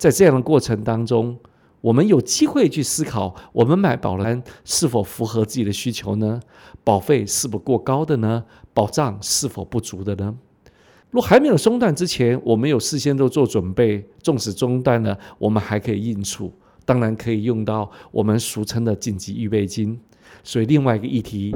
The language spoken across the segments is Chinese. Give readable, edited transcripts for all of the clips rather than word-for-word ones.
在这样的过程当中，我们有机会去思考，我们买保单是否符合自己的需求呢？保费是否过高的呢？保障是否不足的呢？若还没有中断之前，我们有事先都做准备，纵使中断了，我们还可以应处，当然可以用到我们俗称的紧急预备金。所以另外一个议题，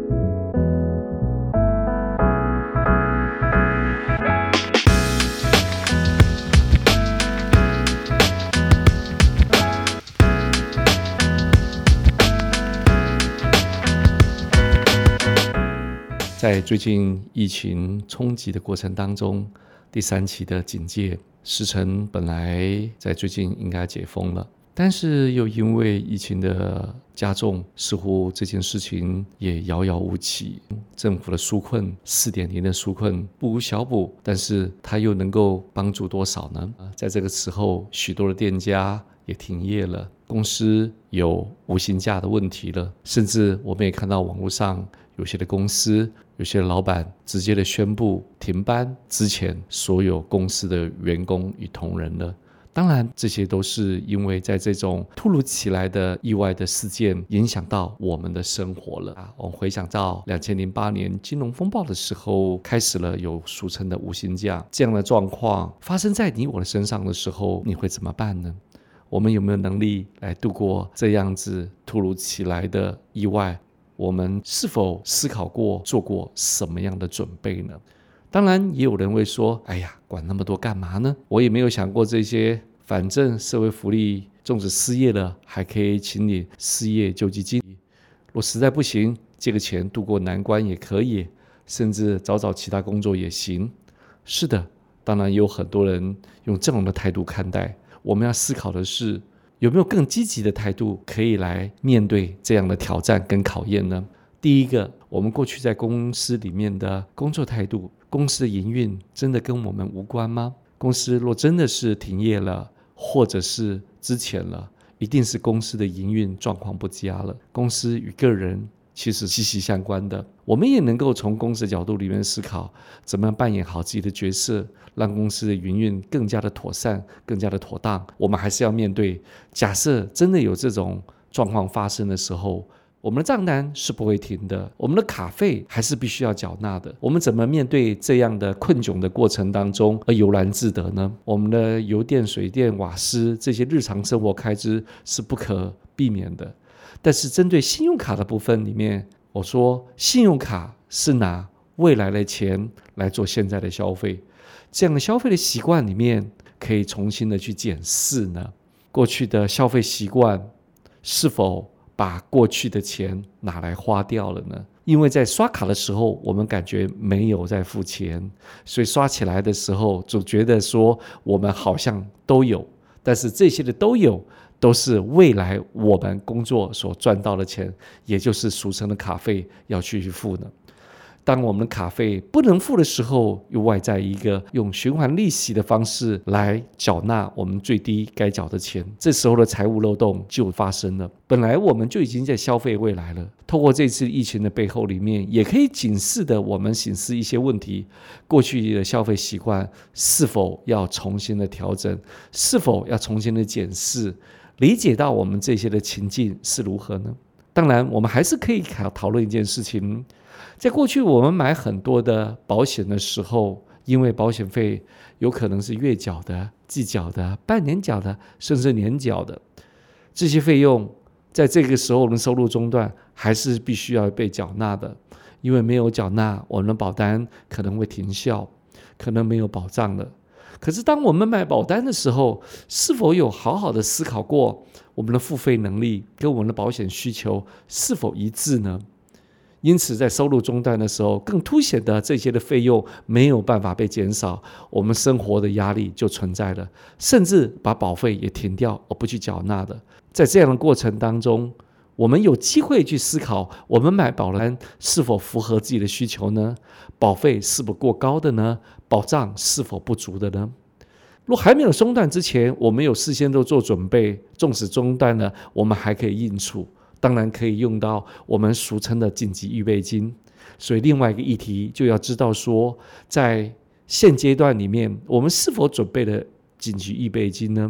在最近疫情冲击的过程当中，第3期的警戒，时程本来在最近应该解封了，但是又因为疫情的加重，似乎这件事情也遥遥无期。政府的纾困 4.0 的纾困不无小补，但是它又能够帮助多少呢？在这个时候，许多的店家也停业了，公司有无薪假的问题了，甚至我们也看到网络上有些的公司，有些的老板直接的宣布停班之前所有公司的员工与同仁了。当然这些都是因为在这种突如其来的意外的事件影响到我们的生活了。我们回想到2008年金融风暴的时候，开始了有俗称的无薪假，这样的状况发生在你我的身上的时候，你会怎么办呢？我们有没有能力来度过这样子突如其来的意外？我们是否思考过做过什么样的准备呢？当然也有人会说，哎呀，管那么多干嘛呢？我也没有想过这些，反正社会福利纵使失业了还可以请你失业救济金，若实在不行，借个钱度过难关也可以，甚至找其他工作也行。是的，当然也有很多人用这种的态度看待。我们要思考的是，有没有更积极的态度可以来面对这样的挑战跟考验呢？第一个，我们过去在公司里面的工作态度，公司的营运真的跟我们无关吗？公司若真的是停业了，或者是之前了，一定是公司的营运状况不佳了。公司与个人其实息息相关的，我们也能够从公司的角度里面思考，怎么样扮演好自己的角色，让公司的营运更加的妥善，更加的妥当。我们还是要面对，假设真的有这种状况发生的时候，我们的账单是不会停的，我们的卡费还是必须要缴纳的。我们怎么面对这样的困窘的过程当中而悠然自得呢？我们的油电、水电、瓦斯这些日常生活开支是不可避免的。但是针对信用卡的部分里面，我说信用卡是拿未来的钱来做现在的消费，这样的消费的习惯里面可以重新的去检视呢，过去的消费习惯是否把过去的钱拿来花掉了呢？因为在刷卡的时候，我们感觉没有在付钱，所以刷起来的时候总觉得说我们好像都有，但是这些的都是未来我们工作所赚到的钱，也就是俗称的卡费要去付呢。当我们的卡费不能付的时候，又外在一个用循环利息的方式来缴纳我们最低该缴的钱，这时候的财务漏洞就发生了。本来我们就已经在消费未来了，透过这次疫情的背后里面，也可以警示的我们审视一些问题，过去的消费习惯是否要重新的调整，是否要重新的检视，理解到我们这些的情境是如何呢？当然我们还是可以讨论一件事情，在过去我们买很多的保险的时候，因为保险费有可能是月缴的、季缴的、半年缴的，甚至年缴的，这些费用在这个时候我们收入中断还是必须要被缴纳的，因为没有缴纳，我们的保单可能会停效，可能没有保障了。可是当我们买保单的时候，是否有好好的思考过我们的付费能力跟我们的保险需求是否一致呢？因此在收入中断的时候，更凸显的这些的费用没有办法被减少，我们生活的压力就存在了，甚至把保费也停掉而不去缴纳的。在这样的过程当中，我们有机会去思考，我们买保单是否符合自己的需求呢？保费是否过高的呢？保障是否不足的呢？若还没有中断之前，我们有事先都做准备，纵使中断了，我们还可以应处，当然可以用到我们俗称的紧急预备金。所以另外一个议题就要知道说，在现阶段里面，我们是否准备了紧急预备金呢？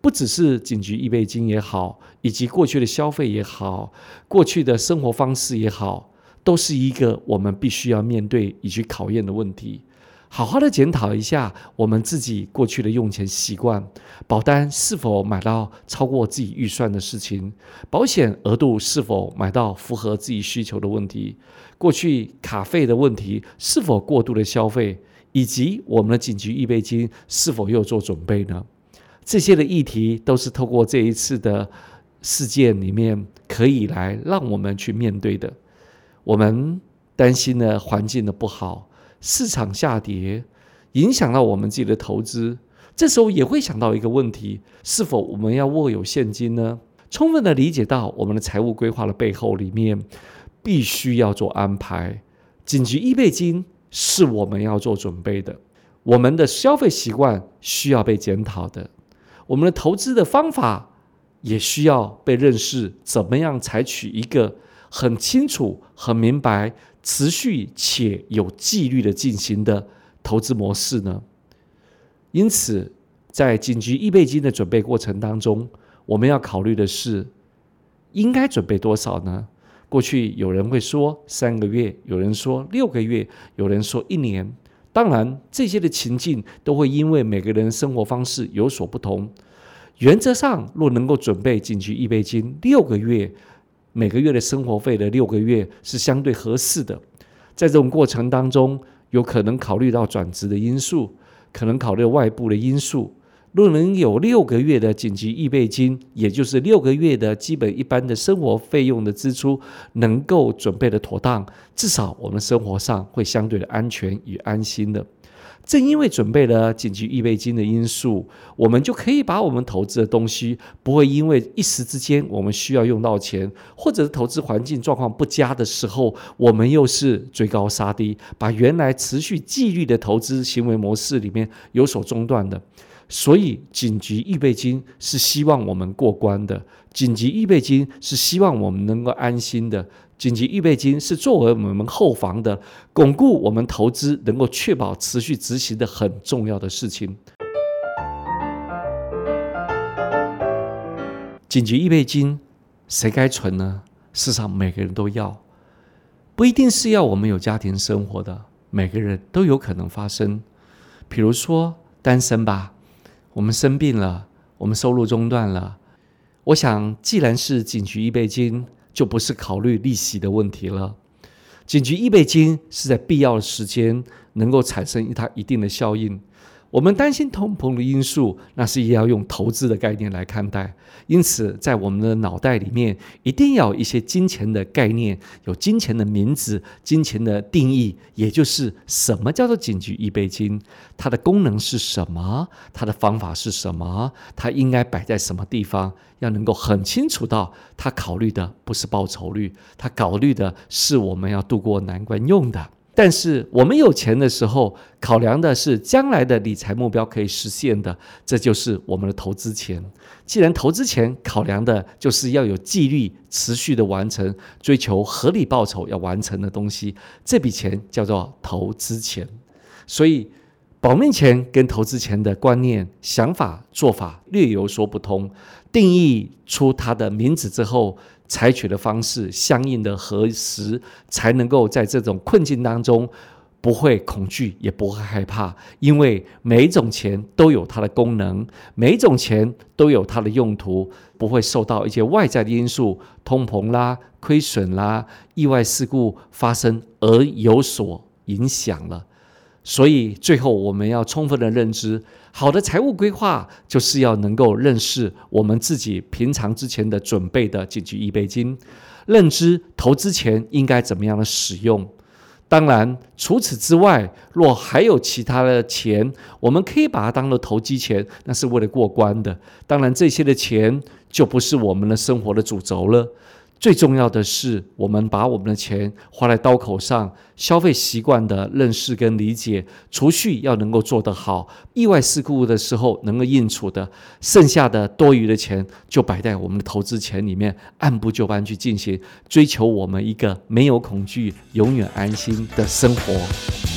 不只是紧急预备金也好，以及过去的消费也好，过去的生活方式也好，都是一个我们必须要面对以及考验的问题。好好的检讨一下我们自己过去的用钱习惯，保单是否买到超过自己预算的事情，保险额度是否买到符合自己需求的问题，过去卡费的问题是否过度的消费，以及我们的紧急预备金是否又做准备呢？这些的议题都是透过这一次的事件里面可以来让我们去面对的。我们担心的环境的不好，市场下跌，影响到我们自己的投资，这时候也会想到一个问题，是否我们要握有现金呢？充分的理解到我们的财务规划的背后里面必须要做安排，紧急预备金是我们要做准备的，我们的消费习惯需要被检讨的，我们的投资的方法也需要被认识，怎么样采取一个很清楚、很明白、持续且有纪律的进行的投资模式呢？因此，在紧急预备金的准备过程当中，我们要考虑的是，应该准备多少呢？过去有人会说3个月，有人说6个月，有人说1年。当然，这些的情境都会因为每个人的生活方式有所不同。原则上，若能够准备紧急预备金6个月，每个月的生活费的6个月是相对合适的。在这种过程当中，有可能考虑到转职的因素，可能考虑外部的因素。若能有6个月的紧急预备金，也就是6个月的基本一般的生活费用的支出能够准备的妥当，至少我们生活上会相对的安全与安心的。正因为准备了紧急预备金的因素，我们就可以把我们投资的东西不会因为一时之间我们需要用到钱，或者是投资环境状况不佳的时候，我们又是追高杀低，把原来持续纪律的投资行为模式里面有所中断的。所以紧急预备金是希望我们过关的，紧急预备金是希望我们能够安心的，紧急预备金是作为我们后防的，巩固我们投资能够确保持续执行的很重要的事情。紧急预备金谁该存呢？事实上每个人都要，不一定是要我们有家庭生活的，每个人都有可能发生。比如说单身吧，我们生病了，我们收入中断了，我想既然是紧急预备金，就不是考虑利息的问题了。紧急预备金是在必要的时间能够产生它一定的效应。我们担心通膨的因素，那是也要用投资的概念来看待。因此在我们的脑袋里面一定要有一些金钱的概念，有金钱的名字，金钱的定义，也就是什么叫做紧急预备金，它的功能是什么，它的方法是什么，它应该摆在什么地方，要能够很清楚到它考虑的不是报酬率，它考虑的是我们要度过难关用的。但是我们有钱的时候，考量的是将来的理财目标可以实现的，这就是我们的投资钱。既然投资钱考量的就是要有纪律持续的完成，追求合理报酬要完成的东西，这笔钱叫做投资钱。所以保命钱跟投资钱的观念、想法、做法略有所不同，定义出它的名字之后，采取的方式相应的核实，才能够在这种困境当中不会恐惧，也不会害怕。因为每一种钱都有它的功能，每一种钱都有它的用途，不会受到一些外在的因素，通膨啦、亏损啦、意外事故发生而有所影响了。所以最后我们要充分的认知，好的财务规划就是要能够认识我们自己平常之前的准备的紧急预备金，认知投资钱应该怎么样的使用。当然除此之外，若还有其他的钱，我们可以把它当作投机钱，那是为了过关的。当然这些的钱就不是我们的生活的主轴了。最重要的是，我们把我们的钱花在刀口上，消费习惯的认识跟理解，储蓄要能够做得好，意外事故的时候能够应处的，剩下的多余的钱就摆在我们的投资钱里面，按部就班去进行，追求我们一个没有恐惧、永远安心的生活。